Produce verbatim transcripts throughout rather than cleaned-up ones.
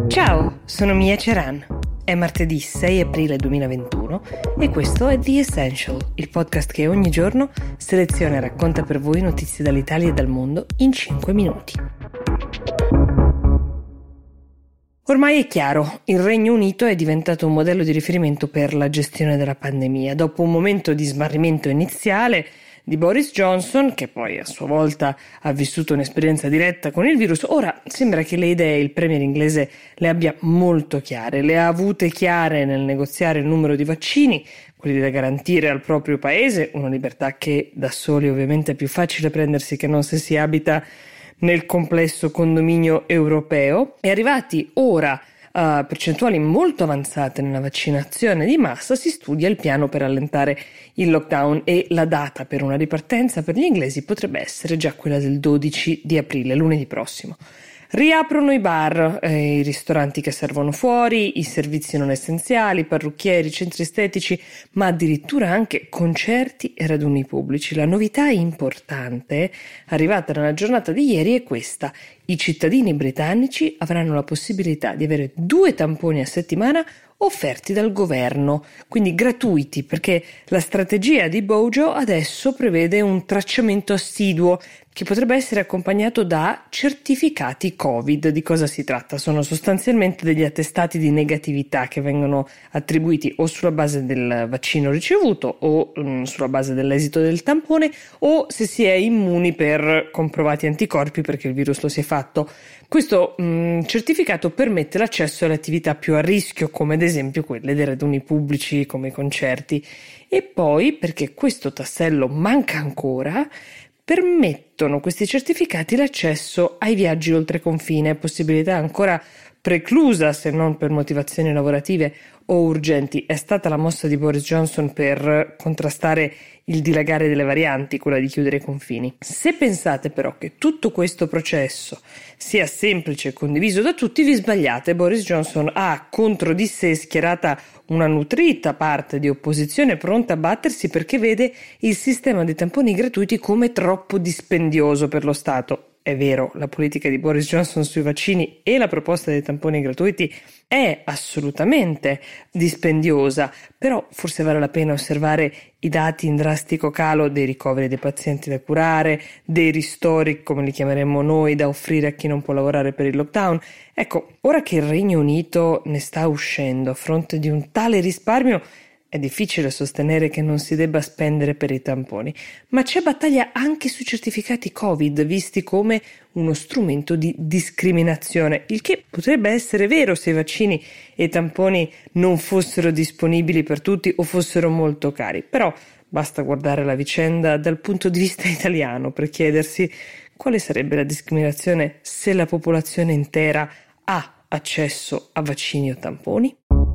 Ciao, sono Mia Ceran. È martedì sei aprile duemilaventuno e questo è The Essential, il podcast che ogni giorno seleziona e racconta per voi notizie dall'Italia e dal mondo in cinque minuti. Ormai è chiaro, il Regno Unito è diventato un modello di riferimento per la gestione della pandemia. Dopo un momento di smarrimento iniziale di Boris Johnson, che poi a sua volta ha vissuto un'esperienza diretta con il virus, ora sembra che le idee il premier inglese le abbia molto chiare. Le ha avute chiare nel negoziare il numero di vaccini, quelli da garantire al proprio paese, una libertà che da soli ovviamente è più facile prendersi che non se si abita nel complesso condominio europeo. E arrivati ora a percentuali molto avanzate nella vaccinazione di massa, si studia il piano per allentare il lockdown e la data per una ripartenza per gli inglesi potrebbe essere già quella del dodici di aprile, lunedì prossimo. Riaprono i bar, eh, i ristoranti che servono fuori, i servizi non essenziali, parrucchieri, centri estetici, ma addirittura anche concerti e raduni pubblici. La novità importante arrivata nella giornata di ieri è questa: i cittadini britannici avranno la possibilità di avere due tamponi a settimana offerti dal governo, quindi gratuiti, perché la strategia di Bojo adesso prevede un tracciamento assiduo che potrebbe essere accompagnato da certificati Covid. Di cosa si tratta? Sono sostanzialmente degli attestati di negatività che vengono attribuiti o sulla base del vaccino ricevuto o um, sulla base dell'esito del tampone o se si è immuni per comprovati anticorpi perché il virus lo si è fatto. Questo um, certificato permette l'accesso alle attività più a rischio, come ad esempio quelle dei raduni pubblici come i concerti. E poi, perché questo tassello manca ancora, permettono questi certificati l'accesso ai viaggi oltre confine, possibilità ancora preclusa se non per motivazioni lavorative o urgenti. È stata la mossa di Boris Johnson per contrastare il dilagare delle varianti, quella di chiudere i confini. Se pensate però che tutto questo processo sia semplice e condiviso da tutti, vi sbagliate. Boris Johnson ha contro di sé schierata una nutrita parte di opposizione pronta a battersi perché vede il sistema dei tamponi gratuiti come troppo dispendioso per lo Stato. È vero, la politica di Boris Johnson sui vaccini e la proposta dei tamponi gratuiti è assolutamente dispendiosa, però forse vale la pena osservare i dati in drastico calo dei ricoveri dei pazienti da curare, dei ristori, come li chiameremmo noi, da offrire a chi non può lavorare per il lockdown. Ecco, ora che il Regno Unito ne sta uscendo a fronte di un tale risparmio, è difficile sostenere che non si debba spendere per i tamponi, ma c'è battaglia anche sui certificati Covid, visti come uno strumento di discriminazione, il che potrebbe essere vero se i vaccini e i tamponi non fossero disponibili per tutti o fossero molto cari. Però basta guardare la vicenda dal punto di vista italiano per chiedersi quale sarebbe la discriminazione se la popolazione intera ha accesso a vaccini o tamponi.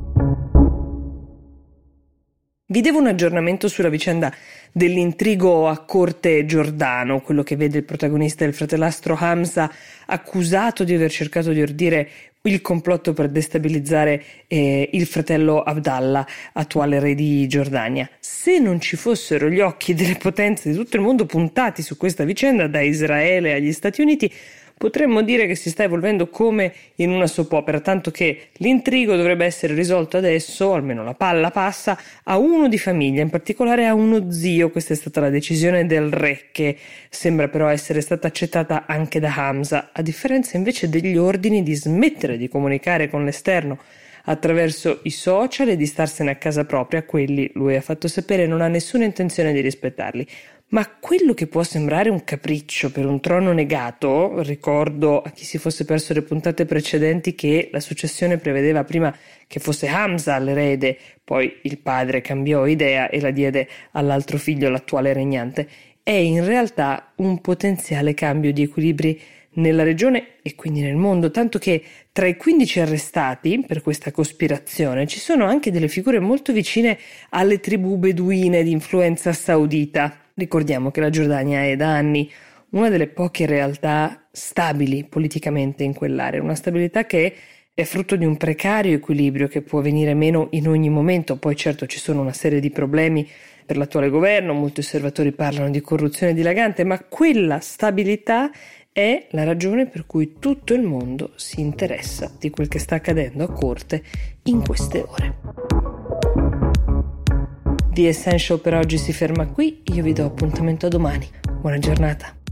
Vi devo un aggiornamento sulla vicenda dell'intrigo a corte Giordano, quello che vede il protagonista del fratellastro Hamza accusato di aver cercato di ordire il complotto per destabilizzare eh, il fratello Abdallah, attuale re di Giordania. Se non ci fossero gli occhi delle potenze di tutto il mondo puntati su questa vicenda, da Israele agli Stati Uniti, potremmo dire che si sta evolvendo come in una soap opera, tanto che l'intrigo dovrebbe essere risolto adesso, almeno la palla passa, a uno di famiglia, in particolare a uno zio. Questa è stata la decisione del re, che sembra però essere stata accettata anche da Hamza, a differenza invece degli ordini di smettere di comunicare con l'esterno attraverso i social e di starsene a casa propria. Quelli, lui ha fatto sapere, non ha nessuna intenzione di rispettarli. Ma quello che può sembrare un capriccio per un trono negato, ricordo a chi si fosse perso le puntate precedenti che la successione prevedeva prima che fosse Hamza l'erede, poi il padre cambiò idea e la diede all'altro figlio, l'attuale regnante, è in realtà un potenziale cambio di equilibri nella regione e quindi nel mondo, tanto che tra i quindici arrestati per questa cospirazione ci sono anche delle figure molto vicine alle tribù beduine di influenza saudita. Ricordiamo che la Giordania è da anni una delle poche realtà stabili politicamente in quell'area, una stabilità che è frutto di un precario equilibrio che può venire meno in ogni momento. Poi certo ci sono una serie di problemi per l'attuale governo, molti osservatori parlano di corruzione dilagante, ma quella stabilità è la ragione per cui tutto il mondo si interessa di quel che sta accadendo a corte in queste ore. The Essential per oggi si ferma qui, io vi do appuntamento a domani. Buona giornata.